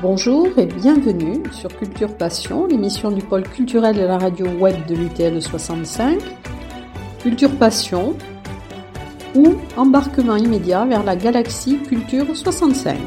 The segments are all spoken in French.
Bonjour et bienvenue sur Culture Passion, l'émission du pôle culturel de la radio web de l'UTL 65. Culture Passion ou embarquement immédiat vers la galaxie Culture 65.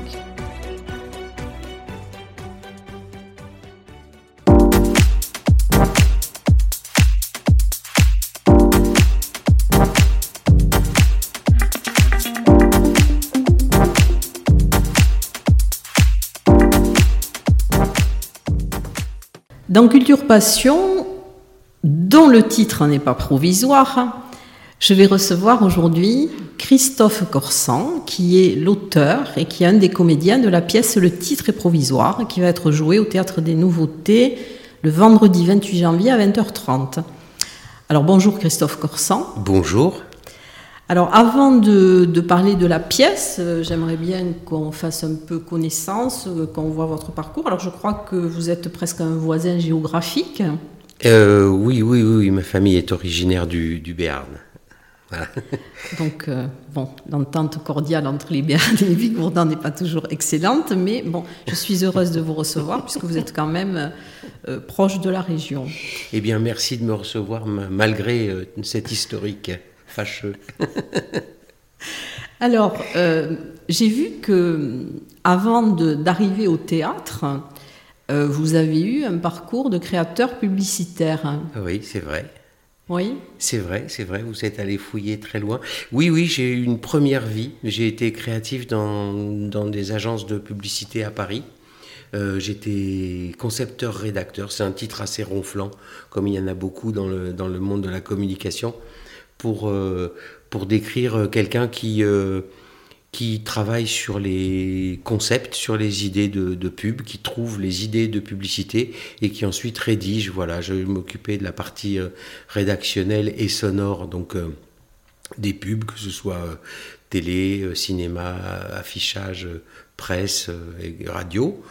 Dans Culture Passion, dont le titre n'est pas provisoire, je vais recevoir aujourd'hui Christophe Corsan, qui est l'auteur et qui est un des comédiens de la pièce Le titre est provisoire, qui va être jouée au Théâtre des Nouveautés le vendredi 28 janvier à 20h30. Alors bonjour Christophe Corsan. Bonjour. Alors avant de parler de la pièce, j'aimerais bien qu'on fasse un peu connaissance, qu'on voit votre parcours. Alors je crois que vous êtes presque un voisin géographique. Oui, ma famille est originaire du Béarn. Voilà. Donc, l'entente cordiale entre les Béarn et les Vigourdans n'est pas toujours excellente, mais bon, je suis heureuse de vous recevoir puisque vous êtes quand même proche de la région. Eh bien, merci de me recevoir malgré cet historique fâcheux. Alors, j'ai vu que avant d'arriver au théâtre, vous avez eu un parcours de créateur publicitaire. Oui, c'est vrai. Oui. C'est vrai, vous êtes allé fouiller très loin. Oui, j'ai eu une première vie. J'ai été créatif dans des agences de publicité à Paris. J'étais concepteur-rédacteur. C'est un titre assez ronflant, comme il y en a beaucoup dans le monde de la communication, pour décrire quelqu'un qui travaille sur les concepts, sur les idées de pub, qui trouve les idées de publicité et qui ensuite rédige. Voilà, je m'occupais de la partie rédactionnelle et sonore, donc des pubs, que ce soit télé, cinéma, affichage, presse et radio.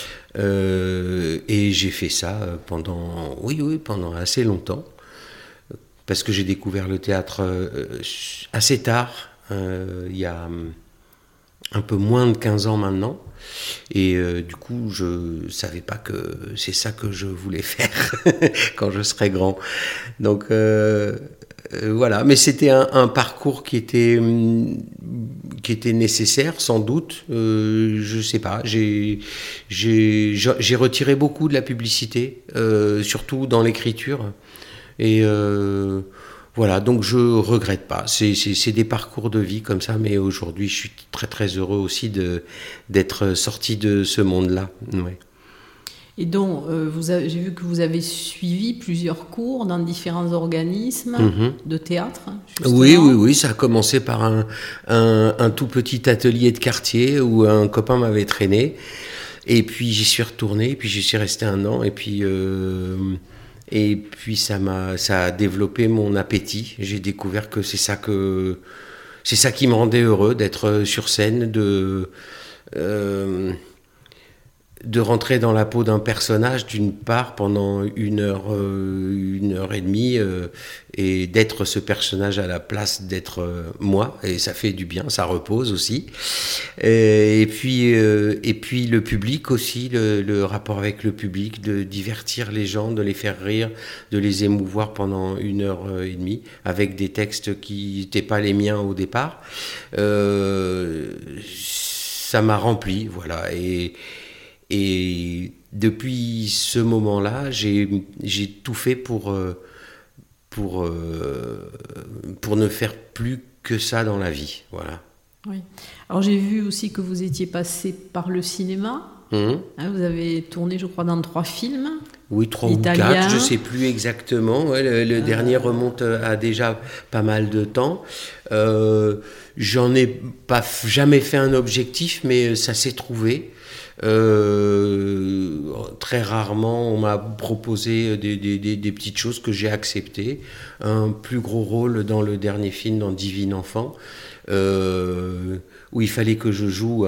Et j'ai fait ça pendant assez longtemps, parce que j'ai découvert le théâtre assez tard, il y a un peu moins de 15 ans maintenant, et du coup je savais pas que c'est ça que je voulais faire quand je serais grand. Donc voilà, mais c'était un parcours qui était nécessaire sans doute. Je sais pas, j'ai retiré beaucoup de la publicité, surtout dans l'écriture, et voilà, donc je regrette pas. C'est des parcours de vie comme ça, mais aujourd'hui je suis très très heureux aussi d'être sorti de ce monde-là. Ouais. Et donc, j'ai vu que vous avez suivi plusieurs cours dans différents organismes de théâtre. Justement. Oui, ça a commencé par un tout petit atelier de quartier où un copain m'avait traîné, et puis j'y suis retourné, et puis j'y suis resté 1 an, et puis ça a développé mon appétit. J'ai découvert que c'est ça qui me rendait heureux, d'être sur scène, de rentrer dans la peau d'un personnage d'une part pendant 1 heure, 1h30, et d'être ce personnage à la place d'être moi, et ça fait du bien, ça repose aussi. Et puis le public aussi, le rapport avec le public, de divertir les gens, de les faire rire, de les émouvoir pendant 1h30 avec des textes qui n'étaient pas les miens au départ. Ça m'a rempli, voilà. Et depuis ce moment-là, j'ai tout fait pour ne faire plus que ça dans la vie. Voilà. Oui. Alors j'ai vu aussi que vous étiez passé par le cinéma. Vous avez tourné, je crois, dans 3 films. Oui, 3 ou 4, je ne sais plus exactement. Ouais, le dernier remonte à déjà pas mal de temps. J'en ai jamais fait un objectif, mais ça s'est trouvé. Très rarement on m'a proposé des petites choses que j'ai acceptées. Un plus gros rôle dans le dernier film, dans Divine Enfant, où il fallait que je joue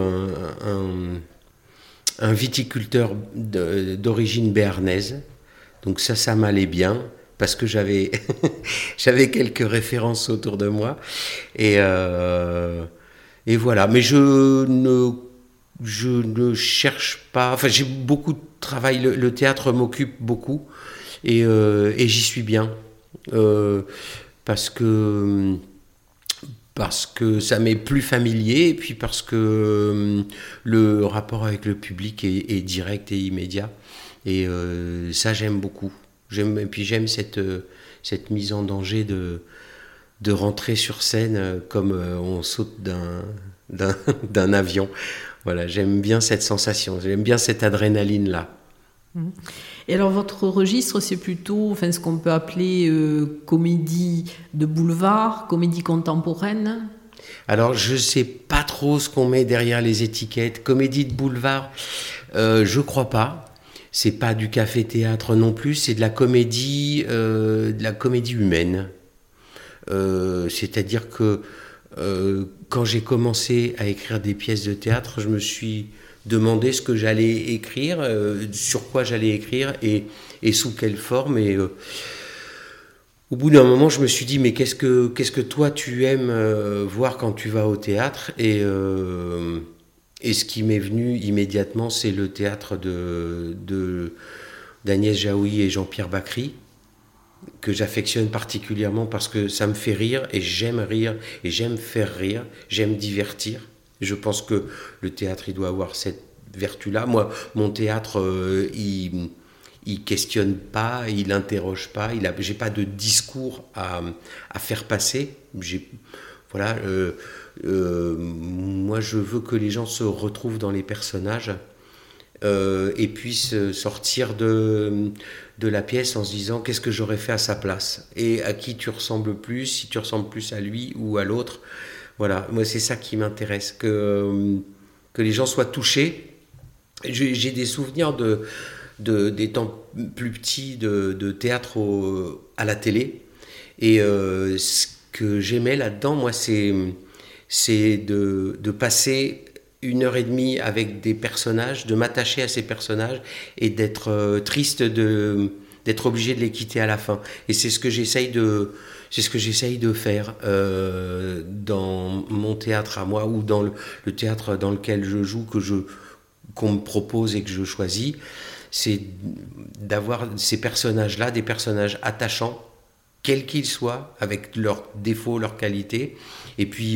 un viticulteur d'origine béarnaise. Donc ça m'allait bien, parce que j'avais quelques références autour de moi, et voilà. Mais je ne je ne cherche pas. Enfin, j'ai beaucoup de travail. Le théâtre m'occupe beaucoup et j'y suis bien parce que ça m'est plus familier et puis parce que le rapport avec le public est direct et immédiat. Et ça, j'aime beaucoup. Et puis j'aime cette mise en danger de rentrer sur scène comme on saute d'un avion. Voilà, j'aime bien cette sensation, j'aime bien cette adrénaline-là. Et alors votre registre, c'est plutôt ce qu'on peut appeler comédie de boulevard, comédie contemporaine? Alors je ne sais pas trop ce qu'on met derrière les étiquettes. Comédie de boulevard, je crois pas. C'est pas du café-théâtre non plus, c'est de la comédie humaine. C'est-à-dire que quand j'ai commencé à écrire des pièces de théâtre, je me suis demandé ce que j'allais écrire, sur quoi j'allais écrire et sous quelle forme. Et au bout d'un moment, je me suis dit, mais qu'est-ce que toi tu aimes voir quand tu vas au théâtre? Et ce qui m'est venu immédiatement, c'est le théâtre d'Agnès Jaoui et Jean-Pierre Bacry, que j'affectionne particulièrement parce que ça me fait rire et j'aime faire rire, j'aime divertir. Je pense que le théâtre, il doit avoir cette vertu-là. Moi, mon théâtre, il questionne pas, il interroge pas, j'ai pas de discours à faire passer. Moi, je veux que les gens se retrouvent dans les personnages et puissent sortir de la pièce en se disant qu'est-ce que j'aurais fait à sa place et à qui tu ressembles plus, si tu ressembles plus à lui ou à l'autre. Voilà, moi c'est ça qui m'intéresse, que les gens soient touchés. J'ai des souvenirs des temps plus petits de théâtre à la télé et ce que j'aimais là-dedans, moi, c'est de passer 1 heure et demie avec des personnages, de m'attacher à ces personnages et d'être triste d'être obligé de les quitter à la fin. Et c'est ce que j'essaye de faire dans mon théâtre à moi ou dans le théâtre dans lequel je joue, qu'on me propose et que je choisis. C'est d'avoir ces personnages-là, des personnages attachants, quels qu'ils soient, avec leurs défauts, leurs qualités, et puis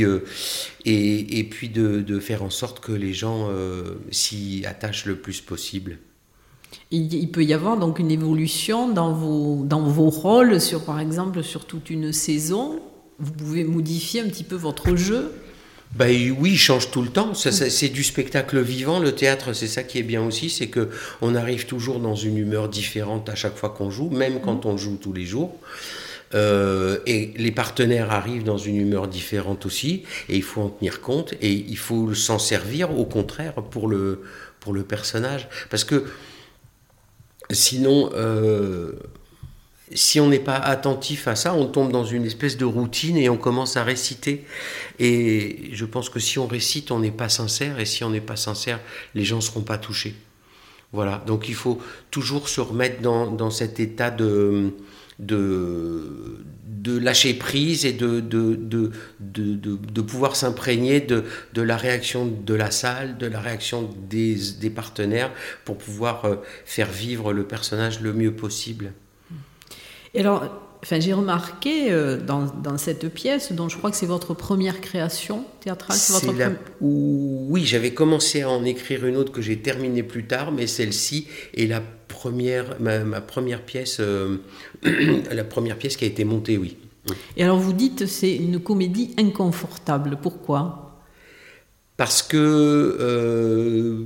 de faire en sorte que les gens s'y attachent le plus possible. Il peut y avoir donc une évolution dans vos rôles, par exemple sur toute une saison. Vous pouvez modifier un petit peu votre jeu? Oui, il change tout le temps. C'est du spectacle vivant. Le théâtre, c'est ça qui est bien aussi, c'est qu'on arrive toujours dans une humeur différente à chaque fois qu'on joue, même quand on joue tous les jours. Et les partenaires arrivent dans une humeur différente aussi, et il faut en tenir compte, et il faut s'en servir au contraire pour le personnage. Parce que sinon, si on n'est pas attentif à ça, on tombe dans une espèce de routine et on commence à réciter. Et je pense que si on récite, on n'est pas sincère, et si on n'est pas sincère, les gens ne seront pas touchés. Voilà, donc il faut toujours se remettre dans cet état de lâcher prise et de pouvoir s'imprégner de la réaction de la salle, de la réaction des partenaires pour pouvoir faire vivre le personnage le mieux possible. Et alors, j'ai remarqué dans cette pièce, dont je crois que c'est votre première création théâtrale. Oui, j'avais commencé à en écrire une autre que j'ai terminée plus tard, mais celle-ci est ma première pièce, la première pièce qui a été montée, oui. Et alors vous dites c'est une comédie inconfortable. Pourquoi ? Parce que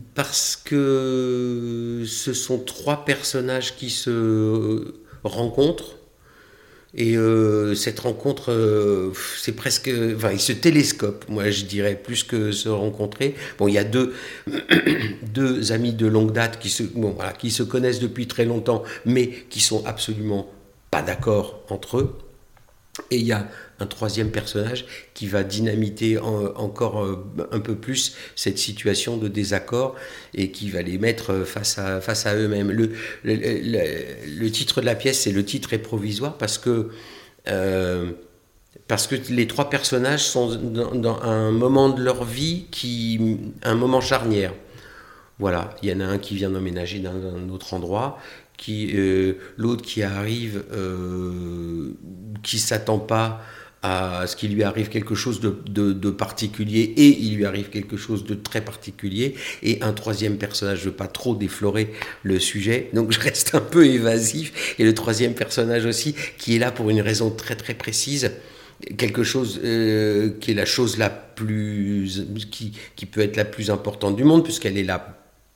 ce sont 3 personnages qui se rencontrent. Et cette rencontre, c'est presque... Enfin, ils se télescopent, moi je dirais, plus que se rencontrer. Bon, il y a deux amis de longue date qui se connaissent depuis très longtemps, mais qui sont absolument pas d'accord entre eux. Et il y a un 3e personnage qui va dynamiter encore un peu plus cette situation de désaccord et qui va les mettre face à eux-mêmes. Le titre de la pièce, c'est « Le titre est provisoire » parce que parce que les trois personnages sont dans un moment de leur vie, un moment charnière. Voilà, il y en a un qui vient d'emménager dans un autre endroit, l'autre qui arrive, qui s'attend pas à ce qu'il lui arrive quelque chose de particulier, et il lui arrive quelque chose de très particulier, et un troisième personnage, je ne veux pas trop déflorer le sujet, donc je reste un peu évasif, et le troisième personnage aussi, qui est là pour une raison très très précise, quelque chose qui est la chose la plus, qui peut être la plus importante du monde, puisqu'elle est là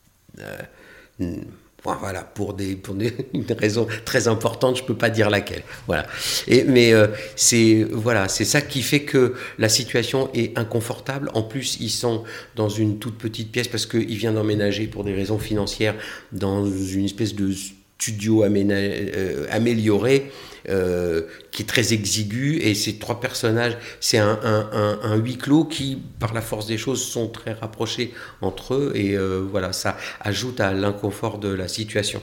voilà, pour une raison très importante, je peux pas dire laquelle. Voilà. Mais c'est ça qui fait que la situation est inconfortable. En plus, ils sont dans une toute petite pièce parce qu'il vient d'emménager pour des raisons financières dans une espèce de studio amélioré. Qui est très exigu, et ces trois personnages, c'est un huis clos qui, par la force des choses, sont très rapprochés entre eux, et voilà, ça ajoute à l'inconfort de la situation.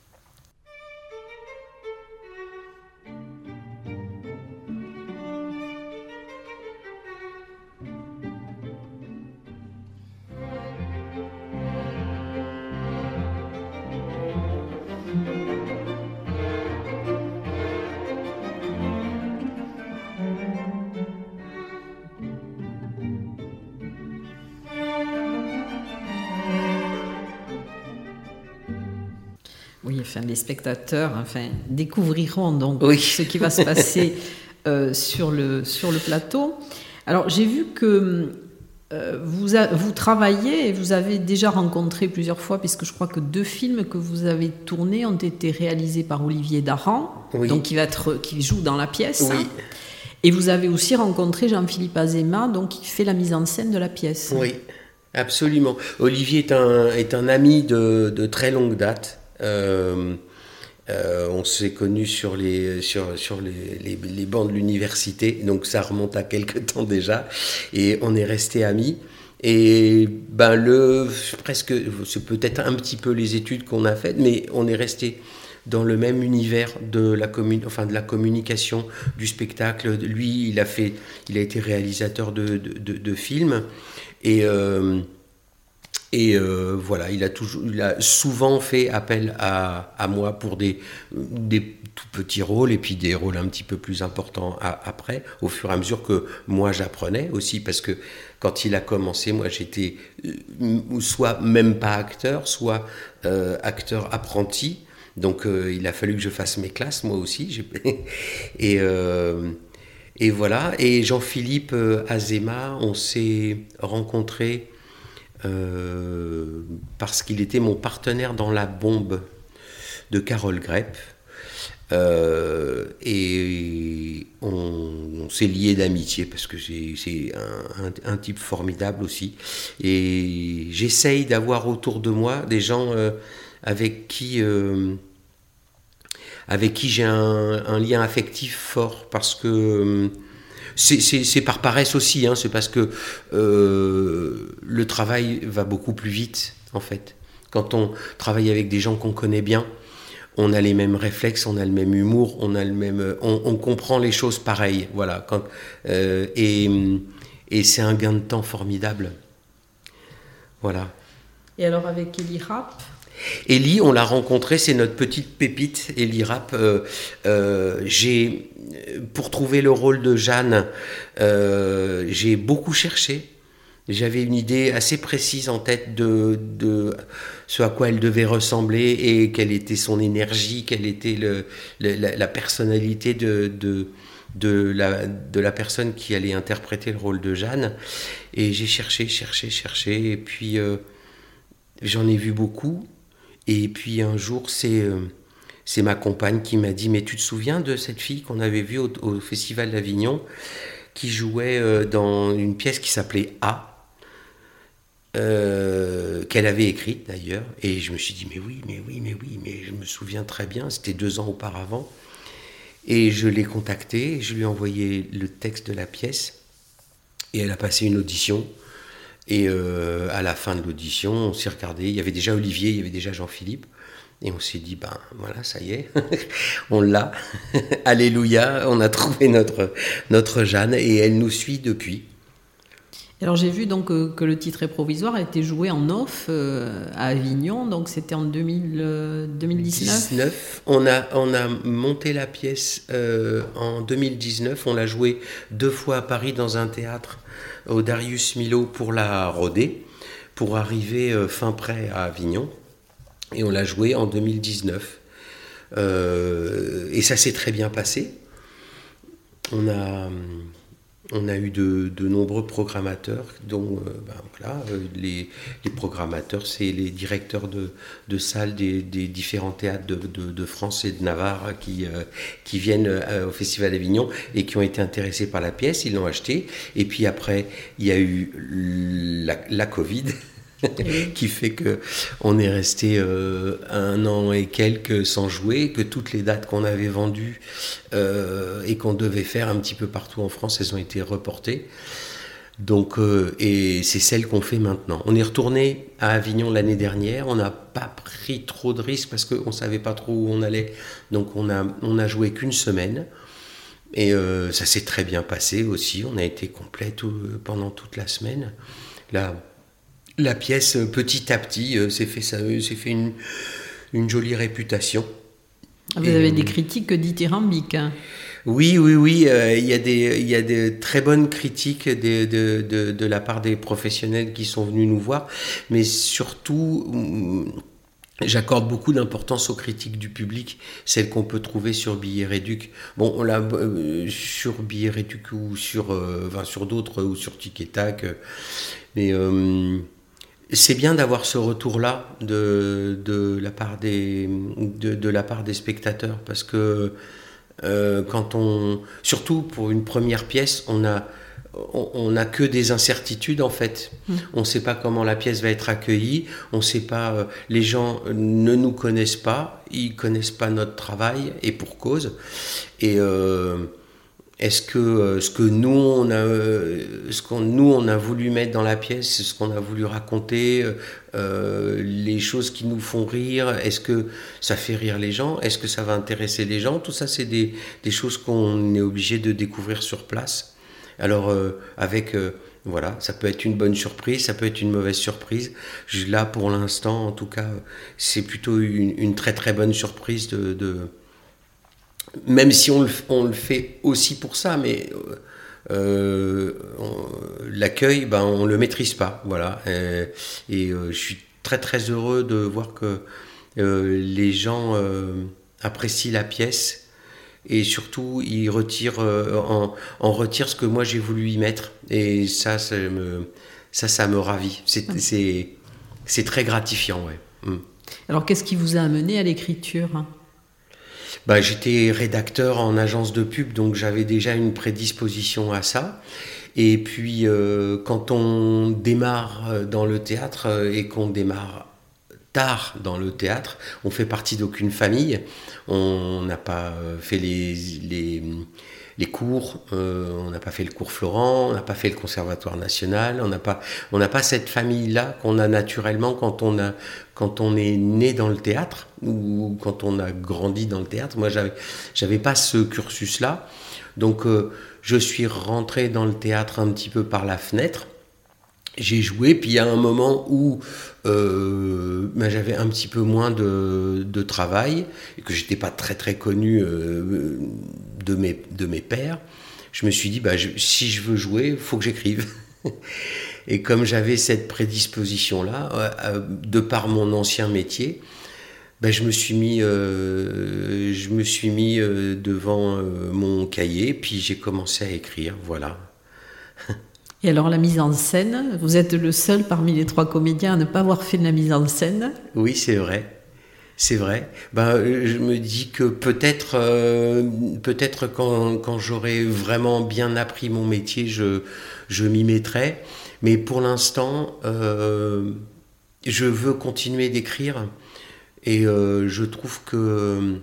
Oui, enfin, les spectateurs découvriront donc oui. ce qui va se passer sur le plateau. Alors, j'ai vu que vous travaillez et vous avez déjà rencontré plusieurs fois, puisque je crois que 2 films que vous avez tournés ont été réalisés par Olivier Daran, oui. donc qui joue dans la pièce. Oui. Et vous avez aussi rencontré Jean-Philippe Azéma, donc qui fait la mise en scène de la pièce. Oui, absolument. Olivier est un ami de très longue date. On s'est connus sur les bancs de l'université, donc ça remonte à quelque temps déjà, et on est restés amis. Et presque, c'est peut-être un petit peu les études qu'on a faites, mais on est restés dans le même univers de la communication, du spectacle. Lui, il a été réalisateur de films, et voilà, il a souvent fait appel à moi pour des tout petits rôles, et puis des rôles un petit peu plus importants après, au fur et à mesure que moi j'apprenais aussi, parce que quand il a commencé, moi j'étais soit même pas acteur, soit acteur apprenti, donc il a fallu que je fasse mes classes moi aussi, et voilà. Et Jean-Philippe Azéma, on s'est rencontrés parce qu'il était mon partenaire dans La Bombe de Carole Grepp, et on s'est liés d'amitié parce que c'est un type formidable aussi, et j'essaye d'avoir autour de moi des gens avec qui j'ai un lien affectif fort, parce que c'est par paresse aussi, hein, c'est parce que le travail va beaucoup plus vite, en fait. Quand on travaille avec des gens qu'on connaît bien, on a les mêmes réflexes, on a le même humour, on comprend les choses pareilles, voilà. Et c'est un gain de temps formidable, voilà. Et alors avec Élie Rapp? Élie, on l'a rencontré, c'est notre petite pépite, Élie Rapp. Pour trouver le rôle de Jeanne, j'ai beaucoup cherché. J'avais une idée assez précise en tête de ce à quoi elle devait ressembler, et quelle était son énergie, quelle était la personnalité de la personne qui allait interpréter le rôle de Jeanne. Et j'ai cherché, et puis j'en ai vu beaucoup. Et puis un jour, c'est ma compagne qui m'a dit « Mais tu te souviens de cette fille qu'on avait vue au Festival d'Avignon, qui jouait dans une pièce qui s'appelait A ?» qu'elle avait écrite d'ailleurs. Et je me suis dit « Mais oui, je me souviens très bien, c'était 2 ans auparavant. » Et je l'ai contactée, je lui ai envoyé le texte de la pièce, et elle a passé une audition. Et à la fin de l'audition, on s'est regardé. Il y avait déjà Olivier, il y avait déjà Jean-Philippe. Et on s'est dit, ben voilà, ça y est, on l'a, alléluia, on a trouvé notre Jeanne et elle nous suit depuis. Alors j'ai vu donc que le titre est provisoire a été joué en off à Avignon, donc c'était en 2019. On a monté la pièce en 2019, on l'a jouée 2 fois à Paris dans un théâtre au Darius Milhaud pour la roder, pour arriver fin prêt à Avignon. Et on l'a jouée en 2019. Et ça s'est très bien passé. On a eu de nombreux programmateurs, dont les programmateurs, c'est les directeurs de salles des différents théâtres de France et de Navarre qui viennent au Festival d'Avignon et qui ont été intéressés par la pièce, ils l'ont achetée. Et puis après, il y a eu la Covid. Qui fait qu'on est resté 1 an et quelques sans jouer, que toutes les dates qu'on avait vendues et qu'on devait faire un petit peu partout en France, elles ont été reportées. Donc, et c'est celle qu'on fait maintenant. On est retourné à Avignon l'année dernière, on n'a pas pris trop de risques parce qu'on ne savait pas trop où on allait, donc on a joué qu'1 semaine. Et ça s'est très bien passé aussi, on a été complet pendant toute la semaine. La pièce, petit à petit, s'est fait une jolie réputation. Vous avez des critiques dithyrambiques. Oui. Il y a des très bonnes critiques de la part des professionnels qui sont venus nous voir. Mais surtout, j'accorde beaucoup d'importance aux critiques du public, celles qu'on peut trouver sur Billet Réduc. Bon, on l'a sur Billet Réduc ou sur d'autres, ou sur Tic et Tac. Mais... c'est bien d'avoir ce retour-là de la part des spectateurs, parce que surtout pour une première pièce, on a que des incertitudes en fait. On ne sait pas comment la pièce va être accueillie, on sait pas, les gens ne nous connaissent pas, ils connaissent pas notre travail, et pour cause. Et est-ce que ce que nous on a voulu mettre dans la pièce, ce qu'on a voulu raconter, les choses qui nous font rire, est-ce que ça fait rire les gens, est-ce que ça va intéresser les gens? Tout ça, c'est des choses qu'on est obligé de découvrir sur place. Alors voilà, ça peut être une bonne surprise, ça peut être une mauvaise surprise. Là, pour l'instant, en tout cas, c'est plutôt une très très bonne surprise même si on le fait aussi pour ça, mais l'accueil, on le maîtrise pas, voilà. Et je suis très très heureux de voir que les gens apprécient la pièce, et surtout ils en retirent ce que moi j'ai voulu y mettre, et ça me ravit. C'est très gratifiant, ouais. Alors qu'est-ce qui vous a amené à l'écriture ? J'étais rédacteur en agence de pub, donc j'avais déjà une prédisposition à ça. Et puis, quand on démarre dans le théâtre et qu'on démarre tard dans le théâtre, on fait partie d'aucune famille. On n'a pas fait les cours, on n'a pas fait le cours Florent, on n'a pas fait le Conservatoire national, on n'a pas cette famille-là qu'on a naturellement quand on est né dans le théâtre ou quand on a grandi dans le théâtre. Moi, j'avais pas ce cursus-là, donc je suis rentré dans le théâtre un petit peu par la fenêtre. J'ai joué, puis il y a un moment où j'avais un petit peu moins de travail et que j'étais pas très très connu de mes pairs. Je me suis dit, si je veux jouer, il faut que j'écrive. Et comme j'avais cette prédisposition-là, de par mon ancien métier, je me suis mis devant mon cahier, puis j'ai commencé à écrire, voilà. Et alors la mise en scène, vous êtes le seul parmi les 3 comédiens à ne pas avoir fait de la mise en scène. Oui, c'est vrai. C'est vrai. Je me dis que peut-être quand j'aurai vraiment bien appris mon métier, je m'y mettrai. Mais pour l'instant, je veux continuer d'écrire, et je trouve que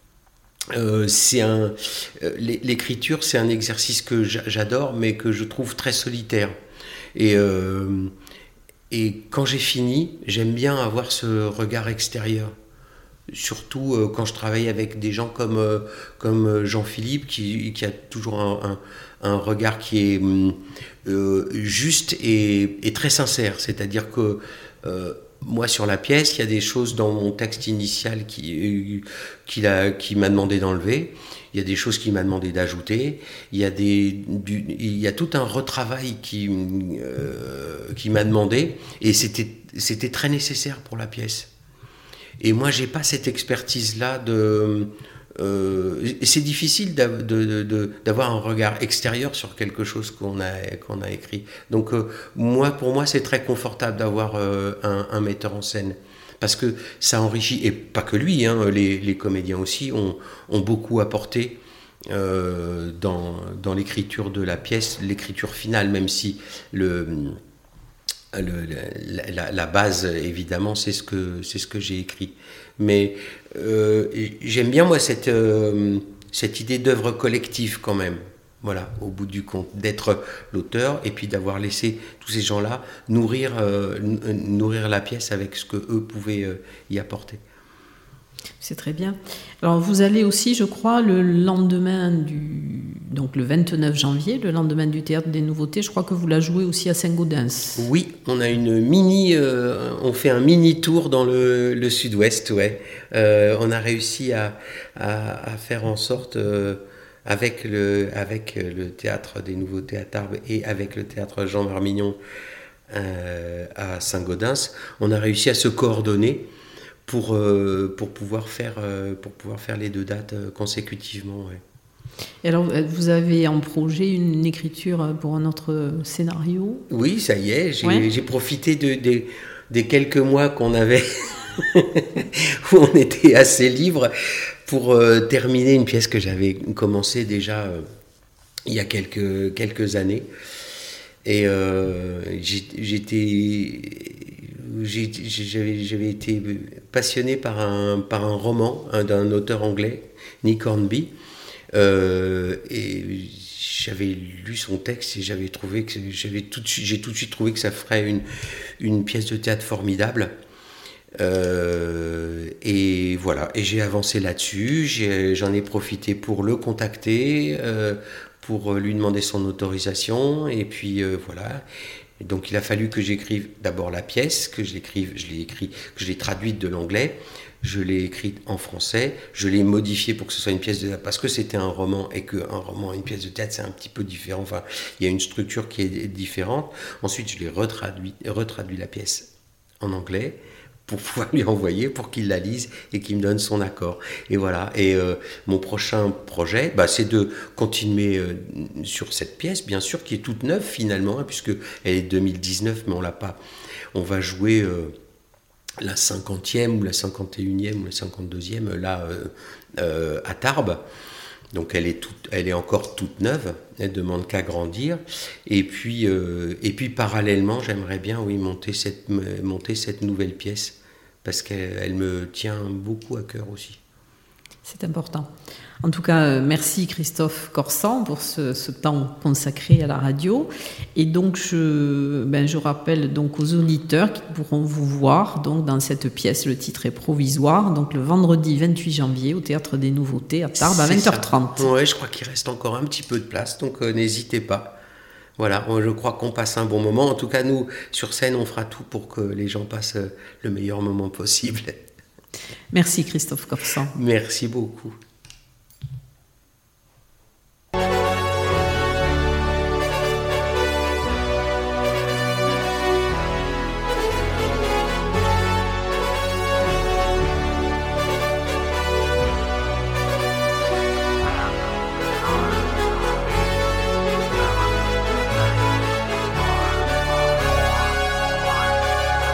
l'écriture, c'est un exercice que j'adore, mais que je trouve très solitaire. Et quand j'ai fini, j'aime bien avoir ce regard extérieur. surtout quand je travaille avec des gens comme Jean-Philippe, qui a toujours un regard qui est juste et très sincère. C'est-à-dire que moi, sur la pièce, il y a des choses dans mon texte initial qui m'a demandé d'enlever. Il y a des choses qu'il m'a demandé d'ajouter. Il y a tout un retravail qui m'a demandé. Et c'était très nécessaire pour la pièce. Et moi, j'ai pas cette expertise-là c'est difficile d'avoir un regard extérieur sur quelque chose qu'on a écrit. Donc, pour moi, c'est très confortable d'avoir un metteur en scène. Parce que ça enrichit, et pas que lui, hein, les comédiens aussi ont beaucoup apporté dans l'écriture de la pièce, l'écriture finale, même si la base, évidemment, c'est ce que j'ai écrit. Mais j'aime bien, moi, cette idée d'œuvre collective, quand même. Voilà, au bout du compte, d'être l'auteur et puis d'avoir laissé tous ces gens-là nourrir la pièce avec ce qu'eux pouvaient y apporter. C'est très bien. Alors vous allez aussi, je crois, le lendemain donc le 29 janvier, le lendemain du Théâtre des Nouveautés, je crois que vous la jouez aussi à Saint-Gaudens. Oui, on a on fait un mini tour dans le sud-ouest, ouais. On a réussi à faire en sorte, avec le Théâtre des Nouveautés à Tarbes et avec le Théâtre Jean Marmignon à Saint-Gaudens, on a réussi à se coordonner pour pouvoir faire les 2 dates consécutivement. Ouais. Et alors, vous avez en projet une écriture pour un autre scénario ? Oui, ça y est, j'ai profité des quelques mois qu'on avait où on était assez libre pour terminer une pièce que j'avais commencée déjà il y a quelques années. Et j'avais été passionné par un roman d'un auteur anglais, Nick Hornby, et j'avais lu son texte et j'ai tout de suite trouvé que ça ferait une pièce de théâtre formidable. Et voilà, et j'ai avancé là-dessus, j'en ai profité pour le contacter, pour lui demander son autorisation, et puis voilà. Et donc il a fallu que j'écrive d'abord la pièce, que je l'ai traduite de l'anglais, je l'ai écrite en français, je l'ai modifiée pour que ce soit une pièce de théâtre, parce que c'était un roman, et qu'un roman et une pièce de théâtre, c'est un petit peu différent, enfin, il y a une structure qui est différente. Ensuite, je l'ai retraduit la pièce en anglais, pour pouvoir lui envoyer, pour qu'il la lise et qu'il me donne son accord. Et voilà. Et mon prochain projet, c'est de continuer sur cette pièce, bien sûr, qui est toute neuve finalement, hein, puisque elle est 2019, mais on l'a pas. On va jouer la 50e ou la 51e ou la 52e là à Tarbes. Donc elle est encore toute neuve, elle demande qu'à grandir. Et puis parallèlement, j'aimerais bien monter cette nouvelle pièce, parce qu'elle me tient beaucoup à cœur aussi. C'est important. En tout cas, merci Christophe Corsan pour ce temps consacré à la radio. Et donc, je rappelle donc aux auditeurs qui pourront vous voir donc dans cette pièce. Le titre est Provisoire, donc le vendredi 28 janvier au Théâtre des Nouveautés à Tarbes à 20h30. Oui, je crois qu'il reste encore un petit peu de place, donc n'hésitez pas. Voilà, je crois qu'on passe un bon moment. En tout cas, nous, sur scène, on fera tout pour que les gens passent le meilleur moment possible. Merci Christophe Corsan. Merci beaucoup.